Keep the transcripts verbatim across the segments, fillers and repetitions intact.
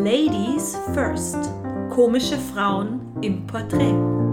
Ladies First. Komische Frauen im Porträt.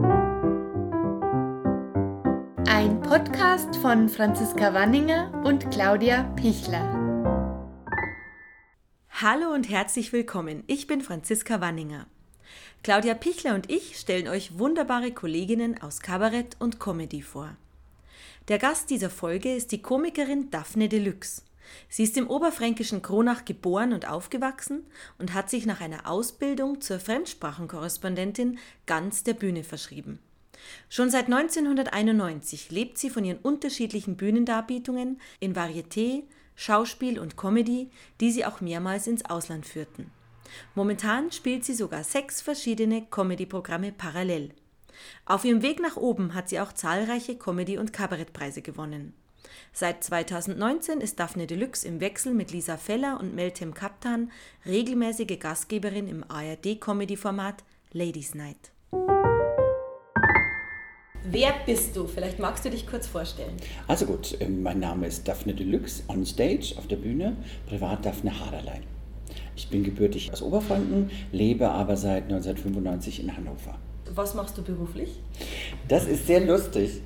Ein Podcast von Franziska Wanninger und Claudia Pichler. Hallo und herzlich willkommen. Ich bin Franziska Wanninger. Claudia Pichler und ich stellen euch wunderbare Kolleginnen aus Kabarett und Comedy vor. Der Gast dieser Folge ist die Komikerin Daphne Deluxe. Sie ist im oberfränkischen Kronach geboren und aufgewachsen und hat sich nach einer Ausbildung zur Fremdsprachenkorrespondentin ganz der Bühne verschrieben. Schon seit neunzehnhunderteinundneunzig lebt sie von ihren unterschiedlichen Bühnendarbietungen in Varieté, Schauspiel und Comedy, die sie auch mehrmals ins Ausland führten. Momentan spielt sie sogar sechs verschiedene Comedy-Programme parallel. Auf ihrem Weg nach oben hat sie auch zahlreiche Comedy- und Kabarettpreise gewonnen. Seit zweitausendneunzehn ist Daphne Deluxe im Wechsel mit Lisa Feller und Meltem Kaptan regelmäßige Gastgeberin im A R D-Comedy-Format Ladies Night. Wer bist du? Vielleicht magst du dich kurz vorstellen. Also gut, mein Name ist Daphne Deluxe, on stage, auf der Bühne, privat Daphne Haderlein. Ich bin gebürtig aus Oberfranken, lebe aber seit neunzehnhundertfünfundneunzig in Hannover. Was machst du beruflich? Das ist sehr lustig.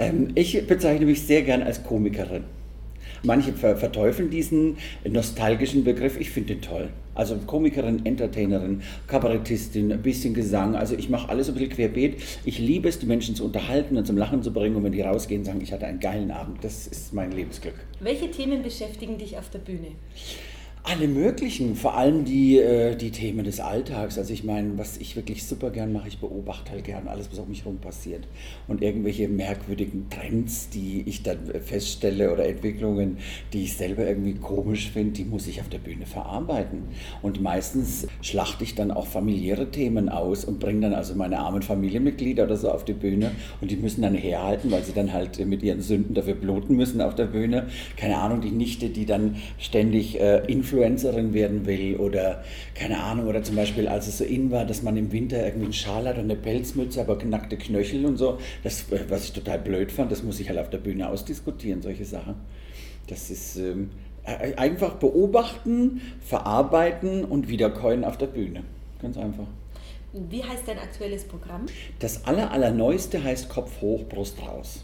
Ich bezeichne mich sehr gern als Komikerin. Manche verteufeln diesen nostalgischen Begriff, ich finde den toll. Also Komikerin, Entertainerin, Kabarettistin, ein bisschen Gesang, also ich mache alles ein bisschen querbeet. Ich liebe es, die Menschen zu unterhalten und zum Lachen zu bringen und wenn die rausgehen, sagen, ich hatte einen geilen Abend. Das ist mein Lebensglück. Welche Themen beschäftigen dich auf der Bühne? Alle möglichen, vor allem die, äh, die Themen des Alltags. Also ich meine, was ich wirklich super gern mache, ich beobachte halt gern alles, was um mich herum passiert. Und irgendwelche merkwürdigen Trends, die ich dann feststelle oder Entwicklungen, die ich selber irgendwie komisch finde, die muss ich auf der Bühne verarbeiten. Und meistens schlachte ich dann auch familiäre Themen aus und bringe dann also meine armen Familienmitglieder oder so auf die Bühne und die müssen dann herhalten, weil sie dann halt mit ihren Sünden dafür bluten müssen auf der Bühne. Keine Ahnung, die Nichte, die dann ständig äh, Influencerin werden will oder keine Ahnung, oder zum Beispiel als es so in war, dass man im Winter irgendwie einen Schal hat und eine Pelzmütze, aber knackte Knöchel und so, das, was ich total blöd fand, das muss ich halt auf der Bühne ausdiskutieren, solche Sachen. Das ist ähm, einfach beobachten, verarbeiten und wiederkäuen auf der Bühne, ganz einfach. Wie heißt dein aktuelles Programm? Das aller, allerneueste heißt Kopf hoch, Brust raus.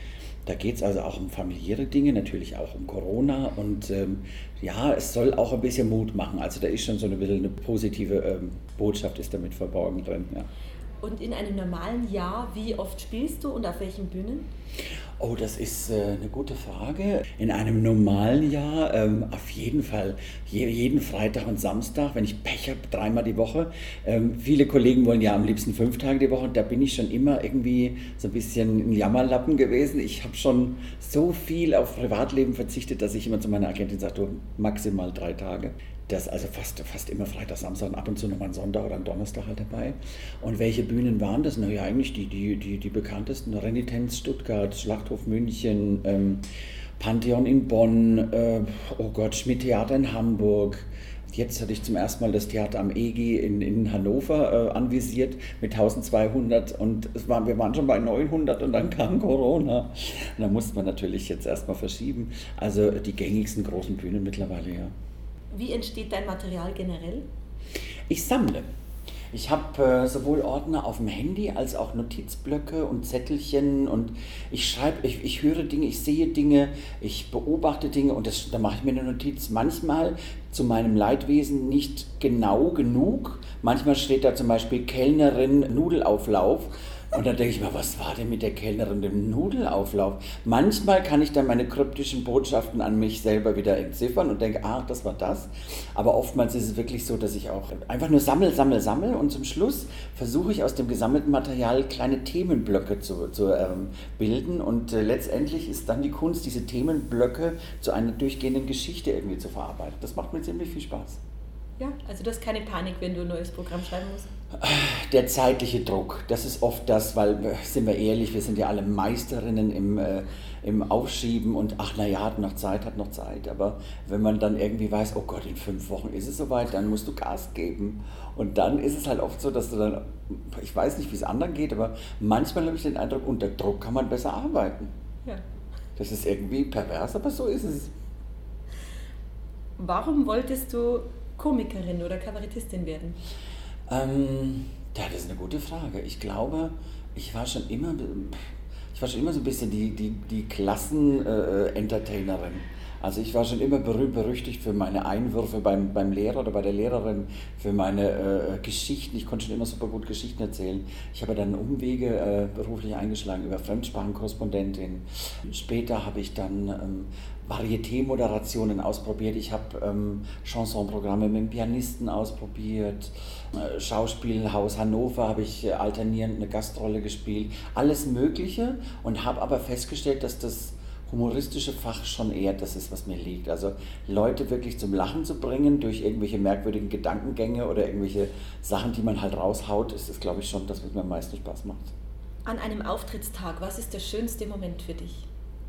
Da geht es also auch um familiäre Dinge, natürlich auch um Corona und ähm, ja, es soll auch ein bisschen Mut machen. Also da ist schon so eine bisschen eine positive ähm, Botschaft ist damit verborgen drin. Ja. Und in einem normalen Jahr, wie oft spielst du und auf welchen Bühnen? Oh, das ist äh, eine gute Frage. In einem normalen Jahr ähm, auf jeden Fall je, jeden Freitag und Samstag, wenn ich Pech habe, dreimal die Woche. Ähm, viele Kollegen wollen ja am liebsten fünf Tage die Woche und da bin ich schon immer irgendwie so ein bisschen ein Jammerlappen gewesen. Ich habe schon so viel auf Privatleben verzichtet, dass ich immer zu meiner Agentin sage, maximal drei Tage. Das also fast, fast immer Freitag, Samstag und ab und zu nochmal einen Sonntag oder einen Donnerstag halt dabei. Und welche Bühnen waren das? Naja, eigentlich die, die, die, die bekanntesten. Renitenz Stuttgart, Schlachthof München, ähm, Pantheon in Bonn, äh, oh Gott, Schmidt-Theater in Hamburg. Jetzt hatte ich zum ersten Mal das Theater am E G in, in Hannover äh, anvisiert mit eintausendzweihundert und es waren, wir waren schon bei neunhundert und dann kam Corona. Und da musste man natürlich jetzt erstmal verschieben. Also die gängigsten großen Bühnen mittlerweile, ja. Wie entsteht dein Material generell? Ich sammle. Ich habe äh, sowohl Ordner auf dem Handy als auch Notizblöcke und Zettelchen und ich schreibe, ich, ich höre Dinge, ich sehe Dinge, ich beobachte Dinge und das, da mache ich mir eine Notiz. Manchmal zu meinem Leidwesen nicht genau genug. Manchmal steht da zum Beispiel Kellnerin Nudelauflauf. Und dann denke ich mir, was war denn mit der Kellnerin dem Nudelauflauf? Manchmal kann ich dann meine kryptischen Botschaften an mich selber wieder entziffern und denke, ach, das war das. Aber oftmals ist es wirklich so, dass ich auch einfach nur sammel, sammel, sammel und zum Schluss versuche ich aus dem gesammelten Material kleine Themenblöcke zu, zu ähm, bilden und äh, letztendlich ist dann die Kunst, diese Themenblöcke zu einer durchgehenden Geschichte irgendwie zu verarbeiten. Das macht mir ziemlich viel Spaß. Ja, also du hast keine Panik, wenn du ein neues Programm schreiben musst? Der zeitliche Druck, das ist oft das, weil, sind wir ehrlich, wir sind ja alle Meisterinnen im, äh, im Aufschieben und ach naja, hat noch Zeit, hat noch Zeit, aber wenn man dann irgendwie weiß, oh Gott, in fünf Wochen ist es soweit, dann musst du Gas geben und dann ist es halt oft so, dass du dann, ich weiß nicht, wie es anderen geht, aber manchmal habe ich den Eindruck, unter Druck kann man besser arbeiten. Ja. Das ist irgendwie pervers, aber so ist es. Warum wolltest du Komikerin oder Kabarettistin werden? Ähm, ja, das ist eine gute Frage. Ich glaube, ich war schon immer, ich war schon immer so ein bisschen die, die, die Klassen-Entertainerin. Also ich war schon immer berühmt berüchtigt für meine Einwürfe beim, beim Lehrer oder bei der Lehrerin, für meine äh, Geschichten. Ich konnte schon immer super gut Geschichten erzählen. Ich habe dann Umwege äh, beruflich eingeschlagen über Fremdsprachenkorrespondentin. Später habe ich dann ähm, Varieté-Moderationen ausprobiert. Ich habe ähm, Chansonprogramme mit dem Pianisten ausprobiert. Äh, Schauspielhaus Hannover habe ich äh, alternierend eine Gastrolle gespielt. Alles Mögliche, und habe aber festgestellt, dass das humoristische Fach schon eher das ist, was mir liegt. Also Leute wirklich zum Lachen zu bringen durch irgendwelche merkwürdigen Gedankengänge oder irgendwelche Sachen, die man halt raushaut, ist das, glaube ich, schon das, was mir am meisten Spaß macht. An einem Auftrittstag, was ist der schönste Moment für dich?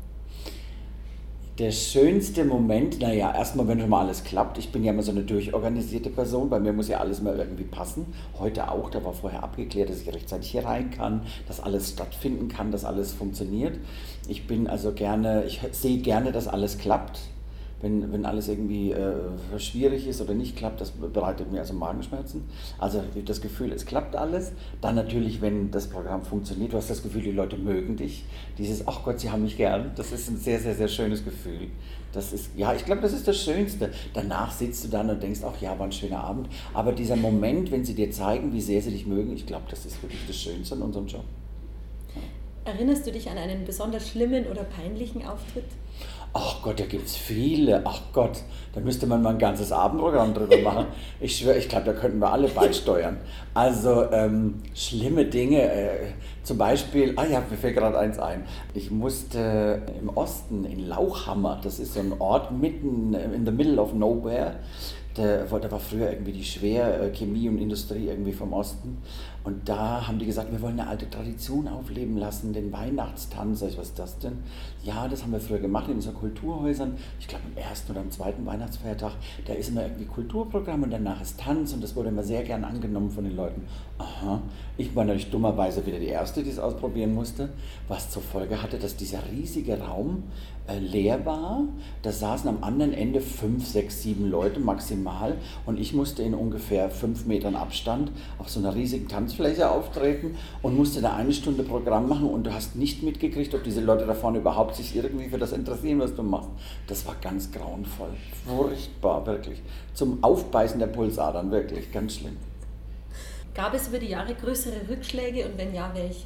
Der schönste Moment, naja, erstmal, wenn schon mal alles klappt. Ich bin ja immer so eine durchorganisierte Person, bei mir muss ja alles mal irgendwie passen. Heute auch, da war vorher abgeklärt, dass ich rechtzeitig hier rein kann, dass alles stattfinden kann, dass alles funktioniert. Ich bin also gerne, ich sehe gerne, dass alles klappt. Wenn, wenn alles irgendwie äh, schwierig ist oder nicht klappt, das bereitet mir also Magenschmerzen. Also das Gefühl, es klappt alles. Dann natürlich, wenn das Programm funktioniert, du hast das Gefühl, die Leute mögen dich. Dieses, ach Gott, sie haben mich gern, das ist ein sehr, sehr, sehr schönes Gefühl. Das ist, ja, ich glaube, das ist das Schönste. Danach sitzt du dann und denkst, ach ja, war ein schöner Abend. Aber dieser Moment, wenn sie dir zeigen, wie sehr sie dich mögen, ich glaube, das ist wirklich das Schönste in unserem Job. Ja. Erinnerst du dich an einen besonders schlimmen oder peinlichen Auftritt? Ach Gott, da gibt es viele. Ach Gott, da müsste man mal ein ganzes Abendprogramm drüber machen. Ich schwöre, ich glaube, da könnten wir alle beisteuern. Also ähm, schlimme Dinge, äh, zum Beispiel, ah ja, mir fällt gerade eins ein. Ich musste im Osten, in Lauchhammer, das ist so ein Ort mitten in the middle of nowhere. Da, da war früher irgendwie die Schwerchemie und Industrie irgendwie vom Osten. Und da haben die gesagt, wir wollen eine alte Tradition aufleben lassen, den Weihnachtstanz. Sag ich, was ist das denn? Ja, das haben wir früher gemacht in unseren Kulturhäusern. Ich glaube, am ersten oder am zweiten Weihnachtsfeiertag, da ist immer irgendwie Kulturprogramm und danach ist Tanz. Und das wurde immer sehr gern angenommen von den Leuten. Aha, ich war natürlich dummerweise wieder die Erste, die es ausprobieren musste. Was zur Folge hatte, dass dieser riesige Raum äh, leer war. Da saßen am anderen Ende fünf, sechs, sieben Leute maximal. Und ich musste in ungefähr fünf Metern Abstand auf so einer riesigen Tanzfläche auftreten und musste da eine Stunde Programm machen, und du hast nicht mitgekriegt, ob diese Leute da vorne überhaupt sich irgendwie für das interessieren, was du machst. Das war ganz grauenvoll. Furchtbar, wirklich. Zum Aufbeißen der Pulsadern, wirklich, ganz schlimm. Gab es über die Jahre größere Rückschläge, und wenn ja, welche?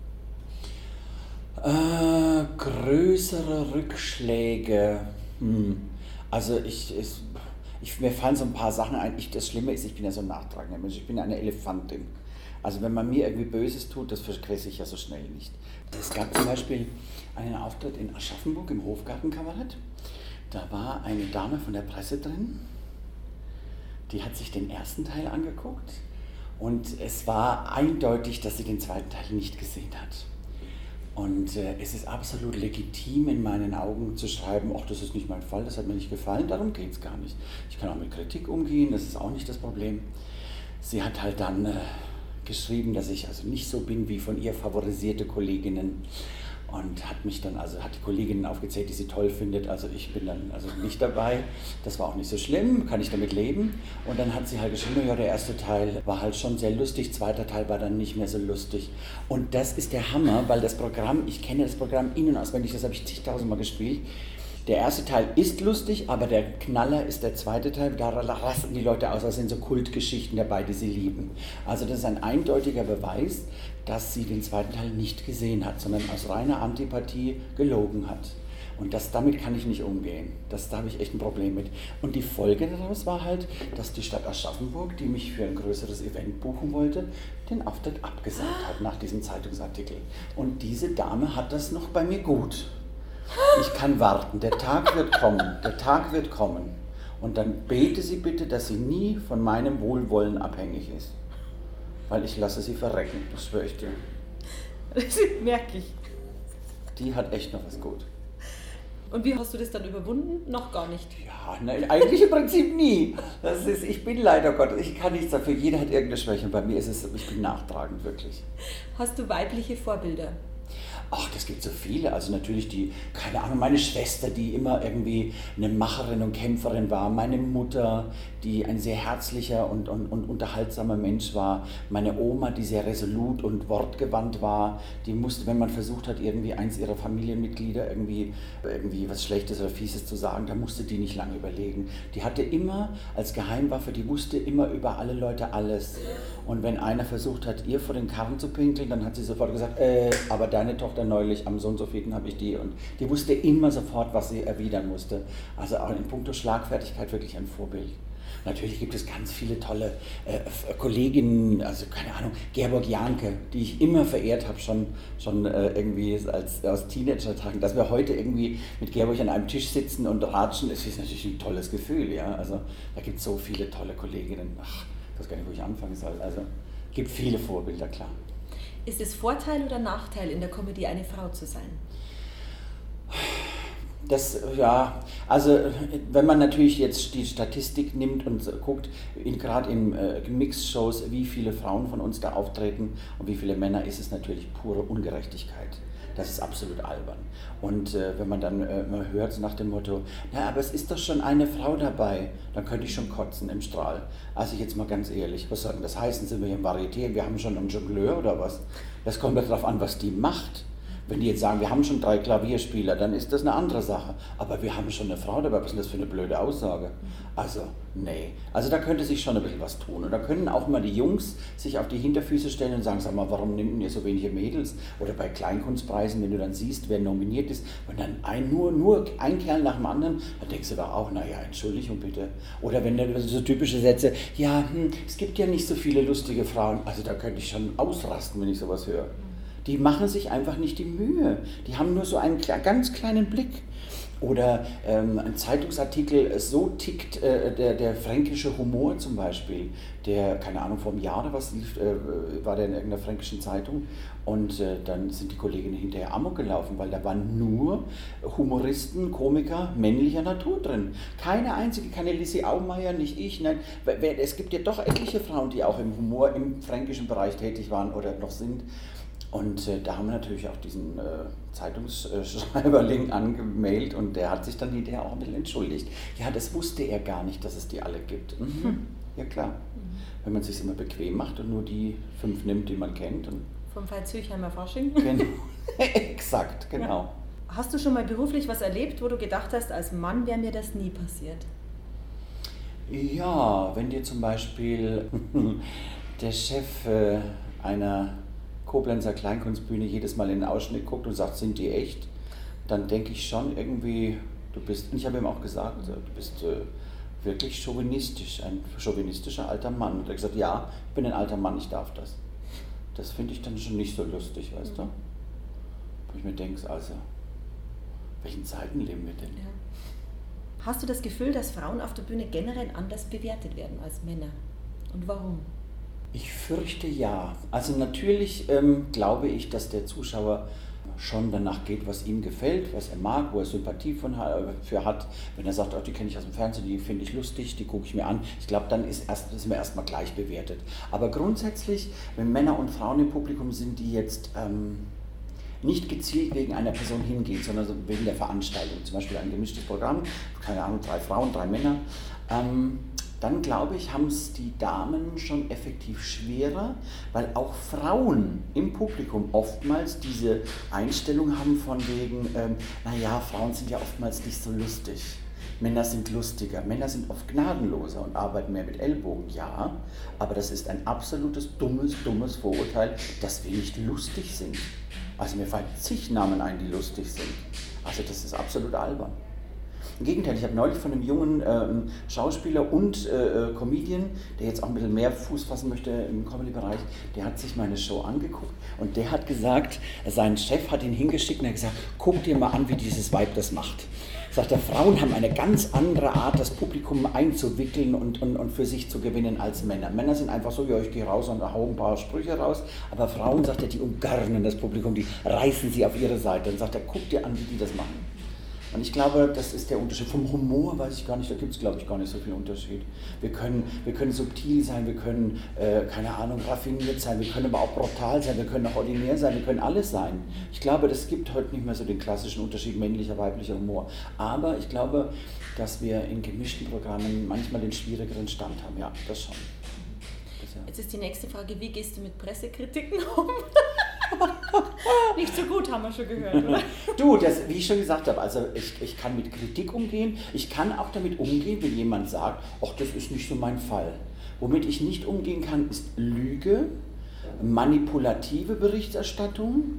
Äh, größere Rückschläge. Hm. Also ich, ich, ich, mir fallen so ein paar Sachen ein. Ich, das Schlimme ist, ich bin ja so ein nachtragender Mensch. Ich bin eine Elefantin. Also wenn man mir irgendwie Böses tut, das vergesse ich ja so schnell nicht. Es gab zum Beispiel einen Auftritt in Aschaffenburg im Hofgartenkabarett. Da war eine Dame von der Presse drin, die hat sich den ersten Teil angeguckt, und es war eindeutig, dass sie den zweiten Teil nicht gesehen hat. Und äh, es ist absolut legitim in meinen Augen zu schreiben, ach, das ist nicht mein Fall, das hat mir nicht gefallen, darum geht es gar nicht. Ich kann auch mit Kritik umgehen, das ist auch nicht das Problem. Sie hat halt dann äh, geschrieben, dass ich also nicht so bin wie von ihr favorisierte Kolleginnen, und hat mich dann, also hat die Kolleginnen aufgezählt, die sie toll findet, also ich bin dann also nicht dabei. Das war auch nicht so schlimm, kann ich damit leben. Und dann hat sie halt geschrieben, ja, der erste Teil war halt schon sehr lustig, zweiter Teil war dann nicht mehr so lustig. Und das ist der Hammer, weil das Programm, ich kenne das Programm in- und auswendig, das habe ich zigtausendmal gespielt. Der erste Teil ist lustig, aber der Knaller ist der zweite Teil. Da rasten die Leute aus, da sind so Kultgeschichten dabei, die sie lieben. Also das ist ein eindeutiger Beweis, dass sie den zweiten Teil nicht gesehen hat, sondern aus reiner Antipathie gelogen hat. Und das, damit kann ich nicht umgehen. Das, da habe ich echt ein Problem mit. Und die Folge daraus war halt, dass die Stadt Aschaffenburg, die mich für ein größeres Event buchen wollte, den Auftritt abgesagt hat nach diesem Zeitungsartikel. Und diese Dame hat das noch bei mir gut. Ich kann warten, der Tag wird kommen, der Tag wird kommen. Und dann bete sie bitte, dass sie nie von meinem Wohlwollen abhängig ist. Weil ich lasse sie verrecken, das schwöre ich dir. Das merke ich. Die hat echt noch was gut. Und wie hast du das dann überwunden? Noch gar nicht. Ja, nein, eigentlich im Prinzip nie. Das ist, ich bin leider Gott, ich kann nichts dafür, jeder hat irgendeine Schwäche. Und bei mir ist es, ich bin nachtragend, wirklich. Hast du weibliche Vorbilder? Ach, das gibt so viele. Also natürlich die, keine Ahnung, meine Schwester, die immer irgendwie eine Macherin und Kämpferin war. Meine Mutter, die ein sehr herzlicher und, und, und unterhaltsamer Mensch war. Meine Oma, die sehr resolut und wortgewandt war. Die musste, wenn man versucht hat, irgendwie eins ihrer Familienmitglieder irgendwie, irgendwie was Schlechtes oder Fieses zu sagen, da musste die nicht lange überlegen. Die hatte immer als Geheimwaffe, die wusste immer über alle Leute alles. Und wenn einer versucht hat, ihr vor den Karren zu pinkeln, dann hat sie sofort gesagt, äh, aber deine Tochter neulich, am so und so vielen habe ich die. Und die wusste immer sofort, was sie erwidern musste. Also auch in puncto Schlagfertigkeit wirklich ein Vorbild. Natürlich gibt es ganz viele tolle äh, Kolleginnen, also keine Ahnung, Gerborg Jahnke, die ich immer verehrt habe, schon, schon äh, irgendwie als, aus Teenager-Tagen. Dass wir heute irgendwie mit Gerborg an einem Tisch sitzen und ratschen, das ist natürlich ein tolles Gefühl. Ja? Also da gibt es so viele tolle Kolleginnen. Ach, ich weiß gar nicht, wo ich anfangen soll. Also es gibt viele Vorbilder, klar. Ist es Vorteil oder Nachteil, in der Comedy eine Frau zu sein? Das, ja, also wenn man natürlich jetzt die Statistik nimmt und guckt, in, gerade in äh, Mix-Shows, wie viele Frauen von uns da auftreten und wie viele Männer, ist es natürlich pure Ungerechtigkeit. Das ist absolut albern. Und äh, wenn man dann äh, mal hört so nach dem Motto, na, aber es ist doch schon eine Frau dabei, dann könnte ich schon kotzen im Strahl. Also jetzt mal ganz ehrlich, was soll denn das heißen? Sind wir hier im Varieté, wir haben schon einen Jongleur oder was? Das kommt doch darauf an, was die macht. Wenn die jetzt sagen, wir haben schon drei Klavierspieler, dann ist das eine andere Sache. Aber wir haben schon eine Frau dabei, was ist denn das für eine blöde Aussage? Also, nee. Also da könnte sich schon ein bisschen was tun. Und da können auch mal die Jungs sich auf die Hinterfüße stellen und sagen, sag mal, warum nimmt ihr so wenige Mädels? Oder bei Kleinkunstpreisen, wenn du dann siehst, wer nominiert ist, und dann ein, nur, nur ein Kerl nach dem anderen, dann denkst du doch auch, naja, Entschuldigung bitte. Oder wenn du so typische Sätze, ja, hm, es gibt ja nicht so viele lustige Frauen. Also da könnte ich schon ausrasten, wenn ich sowas höre. Die machen sich einfach nicht die Mühe. Die haben nur so einen ganz kleinen Blick. Oder ähm, ein Zeitungsartikel, so tickt äh, der, der fränkische Humor zum Beispiel, der, keine Ahnung, vor einem Jahr oder was lief, äh, war der in irgendeiner fränkischen Zeitung, und äh, dann sind die Kolleginnen hinterher amok gelaufen, weil da waren nur Humoristen, Komiker männlicher Natur drin. Keine einzige, keine Lissi Aumeier, nicht ich, nein. Es gibt ja doch etliche Frauen, die auch im Humor im fränkischen Bereich tätig waren oder noch sind. Und äh, da haben wir natürlich auch diesen äh, Zeitungsschreiberling angemeldet, und der hat sich dann hinterher auch ein bisschen entschuldigt. Ja, das wusste er gar nicht, dass es die alle gibt. Mhm. Hm. Ja klar, mhm. Wenn man es sich immer bequem macht und nur die fünf nimmt, die man kennt. Und vom Veitshöchheimer Fasching? Genau. Exakt, genau. Ja. Hast du schon mal beruflich was erlebt, wo du gedacht hast, als Mann wäre mir das nie passiert? Ja, wenn dir zum Beispiel der Chef äh, einer Koblenzer Kleinkunstbühne jedes Mal in den Ausschnitt guckt und sagt, sind die echt? Dann denke ich schon irgendwie, du bist, ich habe ihm auch gesagt, du bist äh, wirklich chauvinistisch, ein chauvinistischer alter Mann. Und er hat gesagt, ja, ich bin ein alter Mann, ich darf das. Das finde ich dann schon nicht so lustig, weißt du? Wo ich mir denke, also, welchen Zeiten leben wir denn? Ja. Hast du das Gefühl, dass Frauen auf der Bühne generell anders bewertet werden als Männer? Und warum? Ich fürchte ja. Also natürlich ähm, glaube ich, dass der Zuschauer schon danach geht, was ihm gefällt, was er mag, wo er Sympathie von, für hat. Wenn er sagt, oh, die kenne ich aus dem Fernsehen, die finde ich lustig, die gucke ich mir an. Ich glaube, dann ist, erst, sind wir erstmal gleich bewertet. Aber grundsätzlich, wenn Männer und Frauen im Publikum sind, die jetzt ähm, nicht gezielt wegen einer Person hingehen, sondern wegen der Veranstaltung, zum Beispiel ein gemischtes Programm, keine Ahnung, drei Frauen, drei Männer, ähm, dann glaube ich, haben es die Damen schon effektiv schwerer, weil auch Frauen im Publikum oftmals diese Einstellung haben von wegen, ähm, naja, Frauen sind ja oftmals nicht so lustig. Männer sind lustiger, Männer sind oft gnadenloser und arbeiten mehr mit Ellbogen, ja, aber das ist ein absolutes dummes, dummes Vorurteil, dass wir nicht lustig sind. Also mir fallen zig Namen ein, die lustig sind. Also das ist absolut albern. Im Gegenteil, ich habe neulich von einem jungen äh, Schauspieler und äh, Comedian, der jetzt auch ein bisschen mehr Fuß fassen möchte im Comedy-Bereich, der hat sich meine Show angeguckt und der hat gesagt, sein Chef hat ihn hingeschickt und hat gesagt, guck dir mal an, wie dieses Weib das macht. Sagt er, Frauen haben eine ganz andere Art, das Publikum einzuwickeln und, und, und für sich zu gewinnen als Männer. Männer sind einfach so, ja, ich gehe raus und hau ein paar Sprüche raus, aber Frauen, sagt er, die umgarnen das Publikum, die reißen sie auf ihre Seite. Und sagt er, guck dir an, wie die das machen. Und ich glaube, das ist der Unterschied. Vom Humor weiß ich gar nicht, da gibt es, glaube ich, gar nicht so viel Unterschied. Wir können, wir können subtil sein, wir können, äh, keine Ahnung, raffiniert sein, wir können aber auch brutal sein, wir können auch ordinär sein, wir können alles sein. Ich glaube, das gibt heute nicht mehr so den klassischen Unterschied männlicher, weiblicher Humor. Aber ich glaube, dass wir in gemischten Programmen manchmal den schwierigeren Stand haben. Ja, das schon. Das, ja. Jetzt ist die nächste Frage, wie gehst du mit Pressekritiken um? Nicht so gut, haben wir schon gehört, oder? Du, das, wie ich schon gesagt habe, also ich, ich kann mit Kritik umgehen, ich kann auch damit umgehen, wenn jemand sagt, ach, das ist nicht so mein Fall. Womit ich nicht umgehen kann, ist Lüge, manipulative Berichterstattung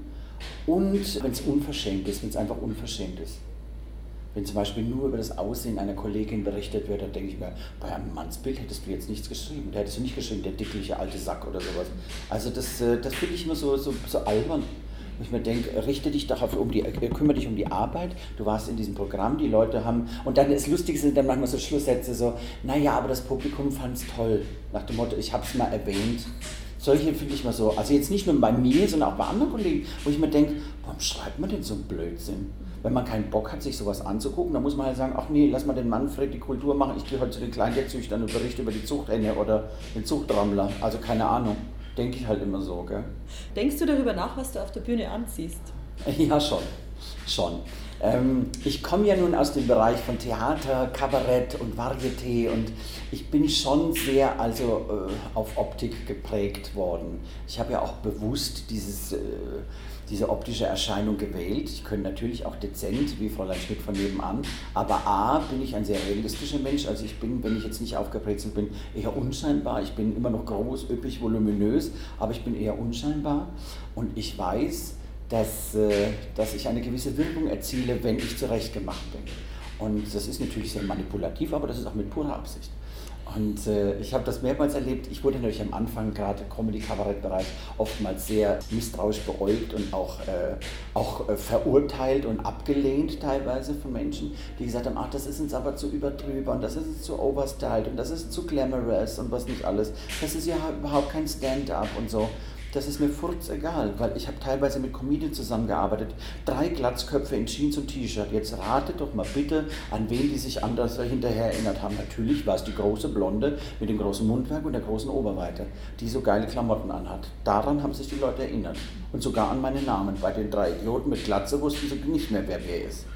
und wenn es unverschämt ist, wenn es einfach unverschämt ist. Wenn zum Beispiel nur über das Aussehen einer Kollegin berichtet wird, dann denke ich mir, bei einem Mannsbild hättest du jetzt nichts geschrieben. Da hättest du nicht geschrieben, der dickliche alte Sack oder sowas. Also das, das finde ich immer so, so, so albern. Wo ich mir denke, richte dich darauf um die, kümmere dich um die Arbeit, du warst in diesem Programm, die Leute haben, und dann das Lustige sind dann manchmal so Schlusssätze, so, naja, aber das Publikum fand es toll, nach dem Motto, ich habe es mal erwähnt. Solche finde ich mal so, also jetzt nicht nur bei mir, sondern auch bei anderen Kollegen, wo ich mir denke, warum schreibt man denn so einen Blödsinn? Wenn man keinen Bock hat, sich sowas anzugucken, dann muss man halt sagen, ach nee, lass mal den Manfred die Kultur machen, ich gehe heute zu den Kleintierzüchtern und berichte über die Zuchthenne oder den Zuchtrammler, also keine Ahnung, denke ich halt immer so, gell? Denkst du darüber nach, was du auf der Bühne anziehst? Ja, schon, schon. Ähm, ich komme ja nun aus dem Bereich von Theater, Kabarett und Varieté und ich bin schon sehr also äh, auf Optik geprägt worden. Ich habe ja auch bewusst dieses, äh, diese optische Erscheinung gewählt. Ich könnte natürlich auch dezent, wie Fräulein Schmidt von nebenan, aber A, bin ich ein sehr realistischer Mensch, also ich bin, wenn ich jetzt nicht aufgebrezelt bin, eher unscheinbar. Ich bin immer noch groß, üppig, voluminös, aber ich bin eher unscheinbar und ich weiß, Dass, dass ich eine gewisse Wirkung erziele, wenn ich zurechtgemacht bin. Und das ist natürlich sehr manipulativ, aber das ist auch mit purer Absicht. Und äh, ich habe das mehrmals erlebt. Ich wurde natürlich am Anfang, gerade im Comedy-Kabarett-Bereich, oftmals sehr misstrauisch beäugt und auch, äh, auch äh, verurteilt und abgelehnt teilweise von Menschen, die gesagt haben, ach, das ist uns aber zu überdrüber und das ist uns zu overstyled und das ist zu glamorous und was nicht alles. Das ist ja überhaupt kein Stand-up und so. Das ist mir furzegal, weil ich habe teilweise mit Comedians zusammengearbeitet. Drei Glatzköpfe in Jeans und T-Shirt. Jetzt ratet doch mal bitte, an wen die sich anders hinterher erinnert haben. Natürlich war es die große Blonde mit dem großen Mundwerk und der großen Oberweite, die so geile Klamotten anhat. Daran haben sich die Leute erinnert. Und sogar an meine Namen. Bei den drei Idioten mit Glatze wussten sie nicht mehr, wer wer ist.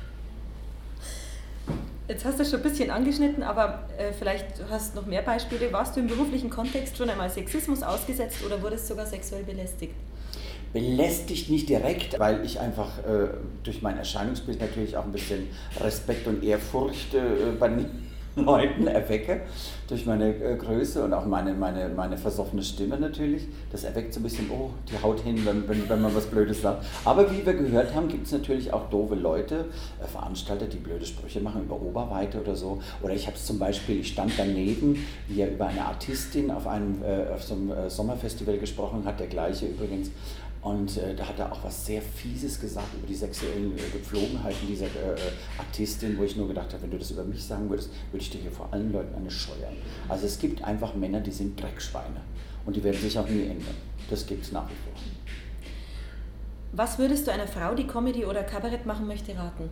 Jetzt hast du schon ein bisschen angeschnitten, aber äh, vielleicht hast du noch mehr Beispiele. Warst du im beruflichen Kontext schon einmal Sexismus ausgesetzt oder wurdest sogar sexuell belästigt? Belästigt nicht direkt, weil ich einfach äh, durch mein Erscheinungsbild natürlich auch ein bisschen Respekt und Ehrfurcht äh, bei den Leuten erwecke, durch meine äh, Größe und auch meine, meine, meine versoffene Stimme natürlich. Das erweckt so ein bisschen, oh, die haut hin, wenn, wenn, wenn man was Blödes sagt. Aber wie wir gehört haben, gibt es natürlich auch doofe Leute, äh, Veranstalter, die blöde Sprüche machen über Oberweite oder so. Oder ich habe es zum Beispiel, ich stand daneben, wie er über eine Artistin auf einem äh, auf so einem äh, Sommerfestival gesprochen hat, der gleiche übrigens. Und äh, da hat er auch was sehr Fieses gesagt über die sexuellen äh, Gepflogenheiten dieser äh, Artistin, wo ich nur gedacht habe, wenn du das über mich sagen würdest, würde ich dir hier vor allen Leuten eine scheuern. Also es gibt einfach Männer, die sind Dreckschweine und die werden sich auch nie ändern. Das gibt es nach wie vor. Was würdest du einer Frau, die Comedy oder Kabarett machen möchte, raten?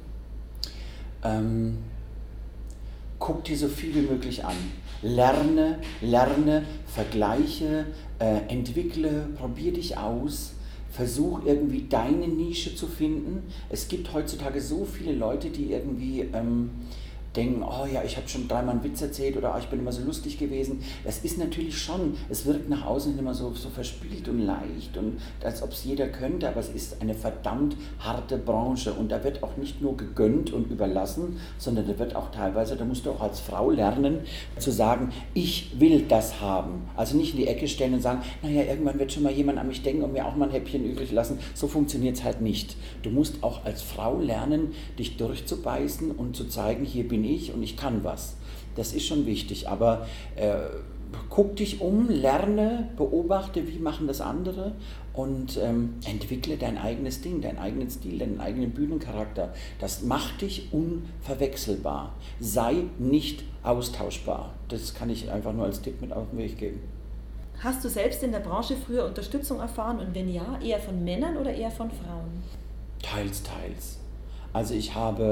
Ähm, guck dir so viel wie möglich an. Lerne, lerne, vergleiche, äh, entwickle, probier dich aus. Versuch irgendwie deine Nische zu finden. Es gibt heutzutage so viele Leute, die irgendwie ähm, denken, oh ja, ich habe schon dreimal einen Witz erzählt oder oh, ich bin immer so lustig gewesen. Das ist natürlich schon, es wirkt nach außen immer so, so verspielt und leicht und als ob es jeder könnte, aber es ist eine verdammt harte Branche und da wird auch nicht nur gegönnt und überlassen, sondern da wird auch teilweise, da musst du auch als Frau lernen, zu sagen, ich will das haben. Also nicht in die Ecke stellen und sagen, naja, irgendwann wird schon mal jemand an mich denken und mir auch mal ein Häppchen übrig lassen. So funktioniert es halt nicht. Du musst auch als Frau lernen, dich durchzubeißen und zu zeigen, hier bin ich und ich kann was. Das ist schon wichtig, aber äh, guck dich um, lerne, beobachte, wie machen das andere und ähm, entwickle dein eigenes Ding, deinen eigenen Stil, deinen eigenen Bühnencharakter. Das macht dich unverwechselbar. Sei nicht austauschbar. Das kann ich einfach nur als Tipp mit auf den Weg geben. Hast du selbst in der Branche früher Unterstützung erfahren und wenn ja, eher von Männern oder eher von Frauen? Teils, teils. Also ich habe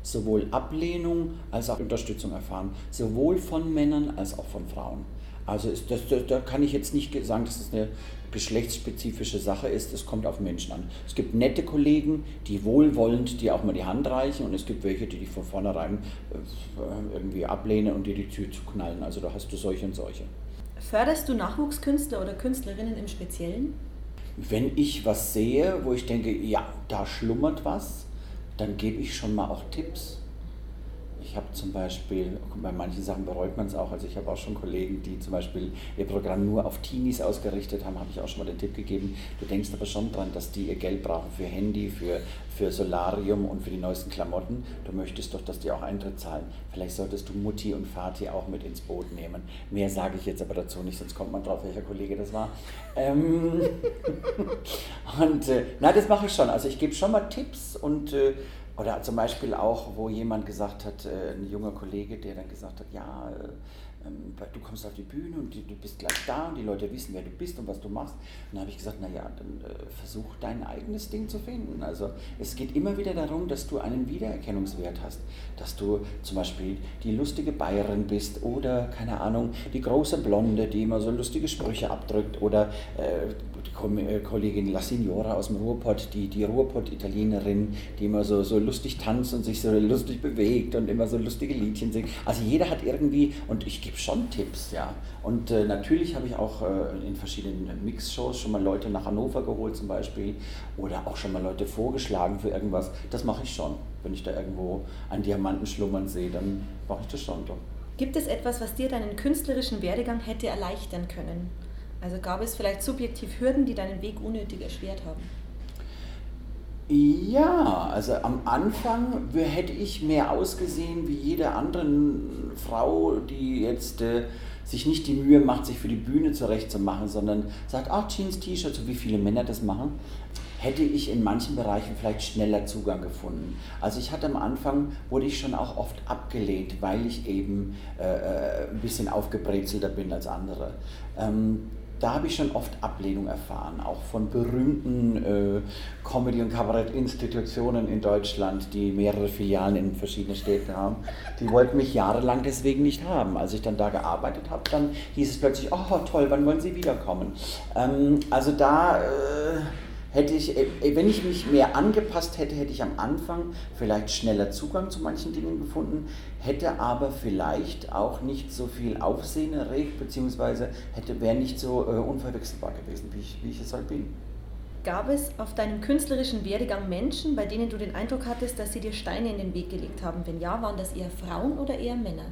sowohl Ablehnung als auch Unterstützung erfahren, sowohl von Männern als auch von Frauen. Also ist das, da kann ich jetzt nicht sagen, dass das eine geschlechtsspezifische Sache ist, es kommt auf Menschen an. Es gibt nette Kollegen, die wohlwollend dir auch mal die Hand reichen und es gibt welche, die dich von vornherein irgendwie ablehnen und dir die Tür zuknallen. Also da hast du solche und solche. Förderst du Nachwuchskünstler oder Künstlerinnen im Speziellen? Wenn ich was sehe, wo ich denke, ja, da schlummert was, dann gebe ich schon mal auch Tipps. Ich habe zum Beispiel, bei manchen Sachen bereut man es auch, also ich habe auch schon Kollegen, die zum Beispiel ihr Programm nur auf Teenies ausgerichtet haben, habe ich auch schon mal den Tipp gegeben. Du denkst aber schon dran, dass die ihr Geld brauchen für Handy, für, für Solarium und für die neuesten Klamotten. Du möchtest doch, dass die auch Eintritt zahlen. Vielleicht solltest du Mutti und Vati auch mit ins Boot nehmen. Mehr sage ich jetzt aber dazu nicht, sonst kommt man drauf, welcher Kollege das war. Ähm und äh, na, das mache ich schon. Also ich gebe schon mal Tipps und äh, oder zum Beispiel auch, wo jemand gesagt hat, ein junger Kollege, der dann gesagt hat, ja, du kommst auf die Bühne und du bist gleich da und die Leute wissen, wer du bist und was du machst. Und dann habe ich gesagt, naja, dann versuch dein eigenes Ding zu finden. Also es geht immer wieder darum, dass du einen Wiedererkennungswert hast, dass du zum Beispiel die lustige Bayerin bist oder, keine Ahnung, die große Blonde, die immer so lustige Sprüche abdrückt oder äh, die Kollegin La Signora aus dem Ruhrpott, die, die Ruhrpott-Italienerin, die immer so, so lustig tanzt und sich so lustig bewegt und immer so lustige Liedchen singt. Also jeder hat irgendwie, und ich gebe schon Tipps, ja. Und äh, natürlich habe ich auch äh, in verschiedenen Mixshows schon mal Leute nach Hannover geholt zum Beispiel oder auch schon mal Leute vorgeschlagen für irgendwas. Das mache ich schon. Wenn ich da irgendwo einen Diamanten schlummern sehe, dann mache ich das schon. Doch. Gibt es etwas, was dir deinen künstlerischen Werdegang hätte erleichtern können? Also gab es vielleicht subjektiv Hürden, die deinen Weg unnötig erschwert haben? Ja, also am Anfang hätte ich mehr ausgesehen wie jede andere Frau, die jetzt äh, sich nicht die Mühe macht, sich für die Bühne zurechtzumachen, sondern sagt, ach, Jeans, T-Shirt, so wie viele Männer das machen, hätte ich in manchen Bereichen vielleicht schneller Zugang gefunden. Also ich hatte am Anfang, wurde ich schon auch oft abgelehnt, weil ich eben äh, ein bisschen aufgebrezelter bin als andere. Ähm, Da habe ich schon oft Ablehnung erfahren, auch von berühmten äh, Comedy- und Kabarett-Institutionen in Deutschland, die mehrere Filialen in verschiedenen Städten haben. Die wollten mich jahrelang deswegen nicht haben. Als ich dann da gearbeitet habe, dann hieß es plötzlich, oh toll, wann wollen Sie wiederkommen? Ähm, also da äh, hätte ich, wenn ich mich mehr angepasst hätte, hätte ich am Anfang vielleicht schneller Zugang zu manchen Dingen gefunden, hätte aber vielleicht auch nicht so viel Aufsehen erregt, beziehungsweise hätte, wäre nicht so äh, unverwechselbar gewesen, wie ich, wie ich es halt bin. Gab es auf deinem künstlerischen Werdegang Menschen, bei denen du den Eindruck hattest, dass sie dir Steine in den Weg gelegt haben? Wenn ja, waren das eher Frauen oder eher Männer?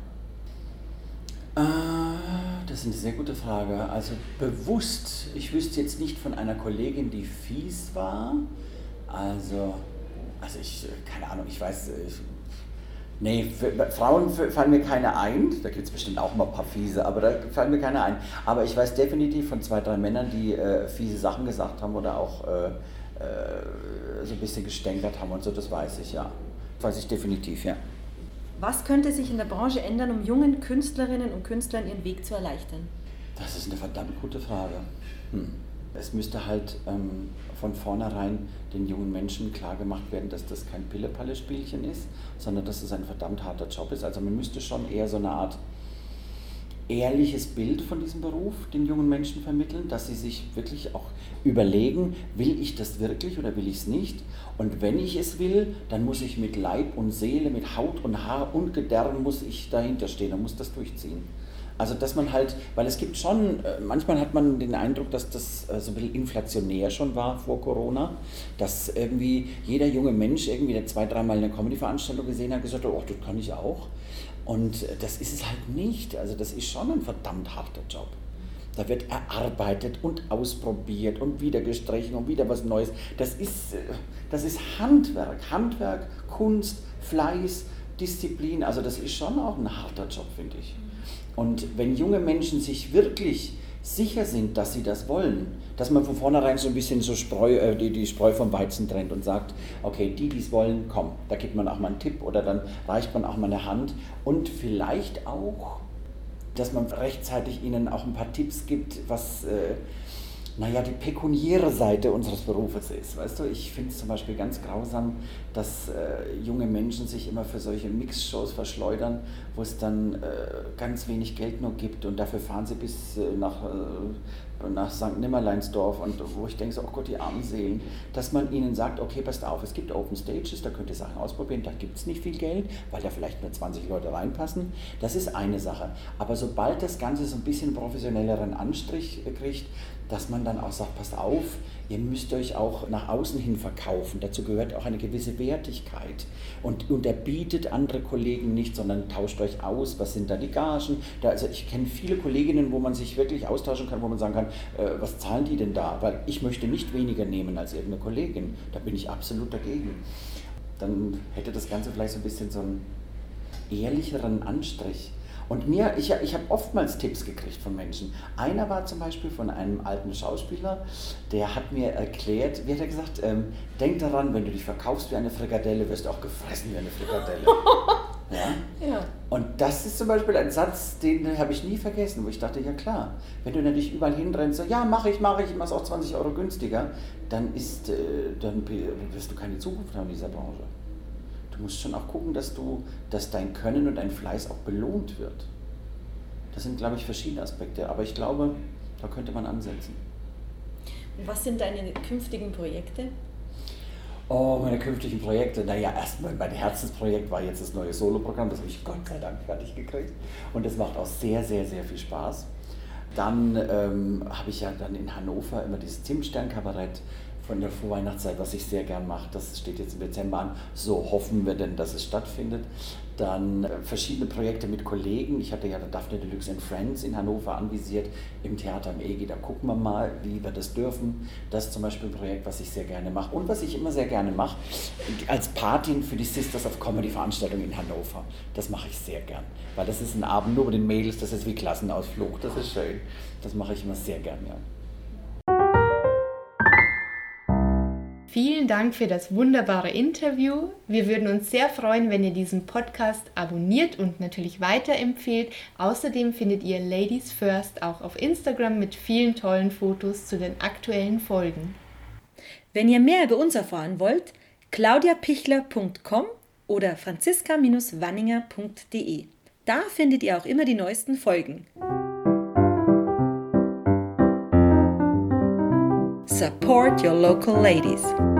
Das ist eine sehr gute Frage. Also bewusst, ich wüsste jetzt nicht von einer Kollegin, die fies war. Also, also ich, keine Ahnung, ich weiß, ich, nee, für, Frauen fallen mir keine ein. Da gibt es bestimmt auch mal ein paar fiese, aber da fallen mir keine ein. Aber ich weiß definitiv von zwei, drei Männern, die äh, fiese Sachen gesagt haben oder auch äh, äh, so ein bisschen gestänkert haben und so, das weiß ich, ja. Das weiß ich definitiv, ja. Was könnte sich in der Branche ändern, um jungen Künstlerinnen und Künstlern ihren Weg zu erleichtern? Das ist eine verdammt gute Frage. Hm. Es müsste halt ähm, von vornherein den jungen Menschen klar gemacht werden, dass das kein Pille-Palle-Spielchen ist, sondern dass es ein verdammt harter Job ist. Also man müsste schon eher so eine Art ehrliches Bild von diesem Beruf den jungen Menschen vermitteln, dass sie sich wirklich auch überlegen, will ich das wirklich oder will ich es nicht? Und wenn ich es will, dann muss ich mit Leib und Seele, mit Haut und Haar und Gedärm muss ich dahinter stehen und muss das durchziehen. Also dass man halt, weil es gibt schon, manchmal hat man den Eindruck, dass das so ein bisschen inflationär schon war vor Corona, dass irgendwie jeder junge Mensch irgendwie, der zwei, dreimal eine Comedy-Veranstaltung gesehen hat, gesagt hat, oh, das kann ich auch. Und das ist es halt nicht. Also das ist schon ein verdammt harter Job. Da wird erarbeitet und ausprobiert und wieder gestrichen und wieder was Neues. Das ist, das ist Handwerk, Handwerk, Kunst, Fleiß, Disziplin. Also das ist schon auch ein harter Job, finde ich. Und wenn junge Menschen sich wirklich sicher sind, dass sie das wollen, dass man von vornherein so ein bisschen so Spreu, äh, die, die Spreu vom Weizen trennt und sagt, okay, die, die es wollen, komm, da gibt man auch mal einen Tipp oder dann reicht man auch mal eine Hand und vielleicht auch, dass man rechtzeitig ihnen auch ein paar Tipps gibt, was, äh, naja, die pekuniäre Seite unseres Berufes ist. Weißt du, ich finde es zum Beispiel ganz grausam, dass äh, junge Menschen sich immer für solche Mixshows verschleudern, wo es dann äh, ganz wenig Geld nur gibt und dafür fahren sie bis äh, nach, äh, nach Sankt Nimmerleinsdorf und wo ich denke, so, oh Gott, die armen Seelen, dass man ihnen sagt, okay, passt auf, es gibt Open Stages, da könnt ihr Sachen ausprobieren, da gibt es nicht viel Geld, weil da vielleicht nur zwanzig Leute reinpassen. Das ist eine Sache. Aber sobald das Ganze so ein bisschen professionelleren Anstrich kriegt, dass man dann auch sagt, passt auf, ihr müsst euch auch nach außen hin verkaufen. Dazu gehört auch eine gewisse Wertigkeit. Und unterbietet andere Kollegen nicht, sondern tauscht euch aus. Was sind da die Gagen? Da, also ich kenne viele Kolleginnen, wo man sich wirklich austauschen kann, wo man sagen kann, äh, was zahlen die denn da? Weil ich möchte nicht weniger nehmen als irgendeine Kollegin. Da bin ich absolut dagegen. Dann hätte das Ganze vielleicht so ein bisschen so einen ehrlicheren Anstrich. Und mir, ich, ich habe oftmals Tipps gekriegt von Menschen. Einer war zum Beispiel von einem alten Schauspieler, der hat mir erklärt, wie hat er gesagt, ähm, denk daran, wenn du dich verkaufst wie eine Frikadelle, wirst du auch gefressen wie eine Frikadelle. Ja? Ja. Und das ist zum Beispiel ein Satz, den habe ich nie vergessen, wo ich dachte, ja klar, wenn du natürlich überall hinrennst, so, ja mache ich, mache ich, ich mache es auch zwanzig Euro günstiger, dann, ist, äh, dann wirst du keine Zukunft haben in dieser Branche. Du musst schon auch gucken, dass, du, dass dein Können und dein Fleiß auch belohnt wird. Das sind, glaube ich, verschiedene Aspekte, aber ich glaube, da könnte man ansetzen. Was sind deine künftigen Projekte? Oh, meine künftigen Projekte, naja, erstmal mein Herzensprojekt war jetzt das neue Soloprogramm, das habe ich Gott sei Dank fertig gekriegt und das macht auch sehr, sehr, sehr viel Spaß. Dann ähm, habe ich ja dann in Hannover immer dieses Zimtstern-Kabarett von der Vorweihnachtszeit, was ich sehr gern mache. Das steht jetzt im Dezember an. So hoffen wir denn, dass es stattfindet. Dann äh, verschiedene Projekte mit Kollegen. Ich hatte ja Daphne Deluxe and Friends in Hannover anvisiert, im Theater am E G. Da gucken wir mal, wie wir das dürfen. Das ist zum Beispiel ein Projekt, was ich sehr gerne mache. Und was ich immer sehr gerne mache, als Patin für die Sisters of Comedy Veranstaltung in Hannover. Das mache ich sehr gern. Weil das ist ein Abend nur mit den Mädels, das ist wie Klassenausflug. Das ist schön. Das mache ich immer sehr gern, ja. Vielen Dank für das wunderbare Interview. Wir würden uns sehr freuen, wenn ihr diesen Podcast abonniert und natürlich weiterempfehlt. Außerdem findet ihr Ladies First auch auf Instagram mit vielen tollen Fotos zu den aktuellen Folgen. Wenn ihr mehr über uns erfahren wollt, claudia pichler punkt com oder franziska wanninger punkt de. Da findet ihr auch immer die neuesten Folgen. Support your local ladies.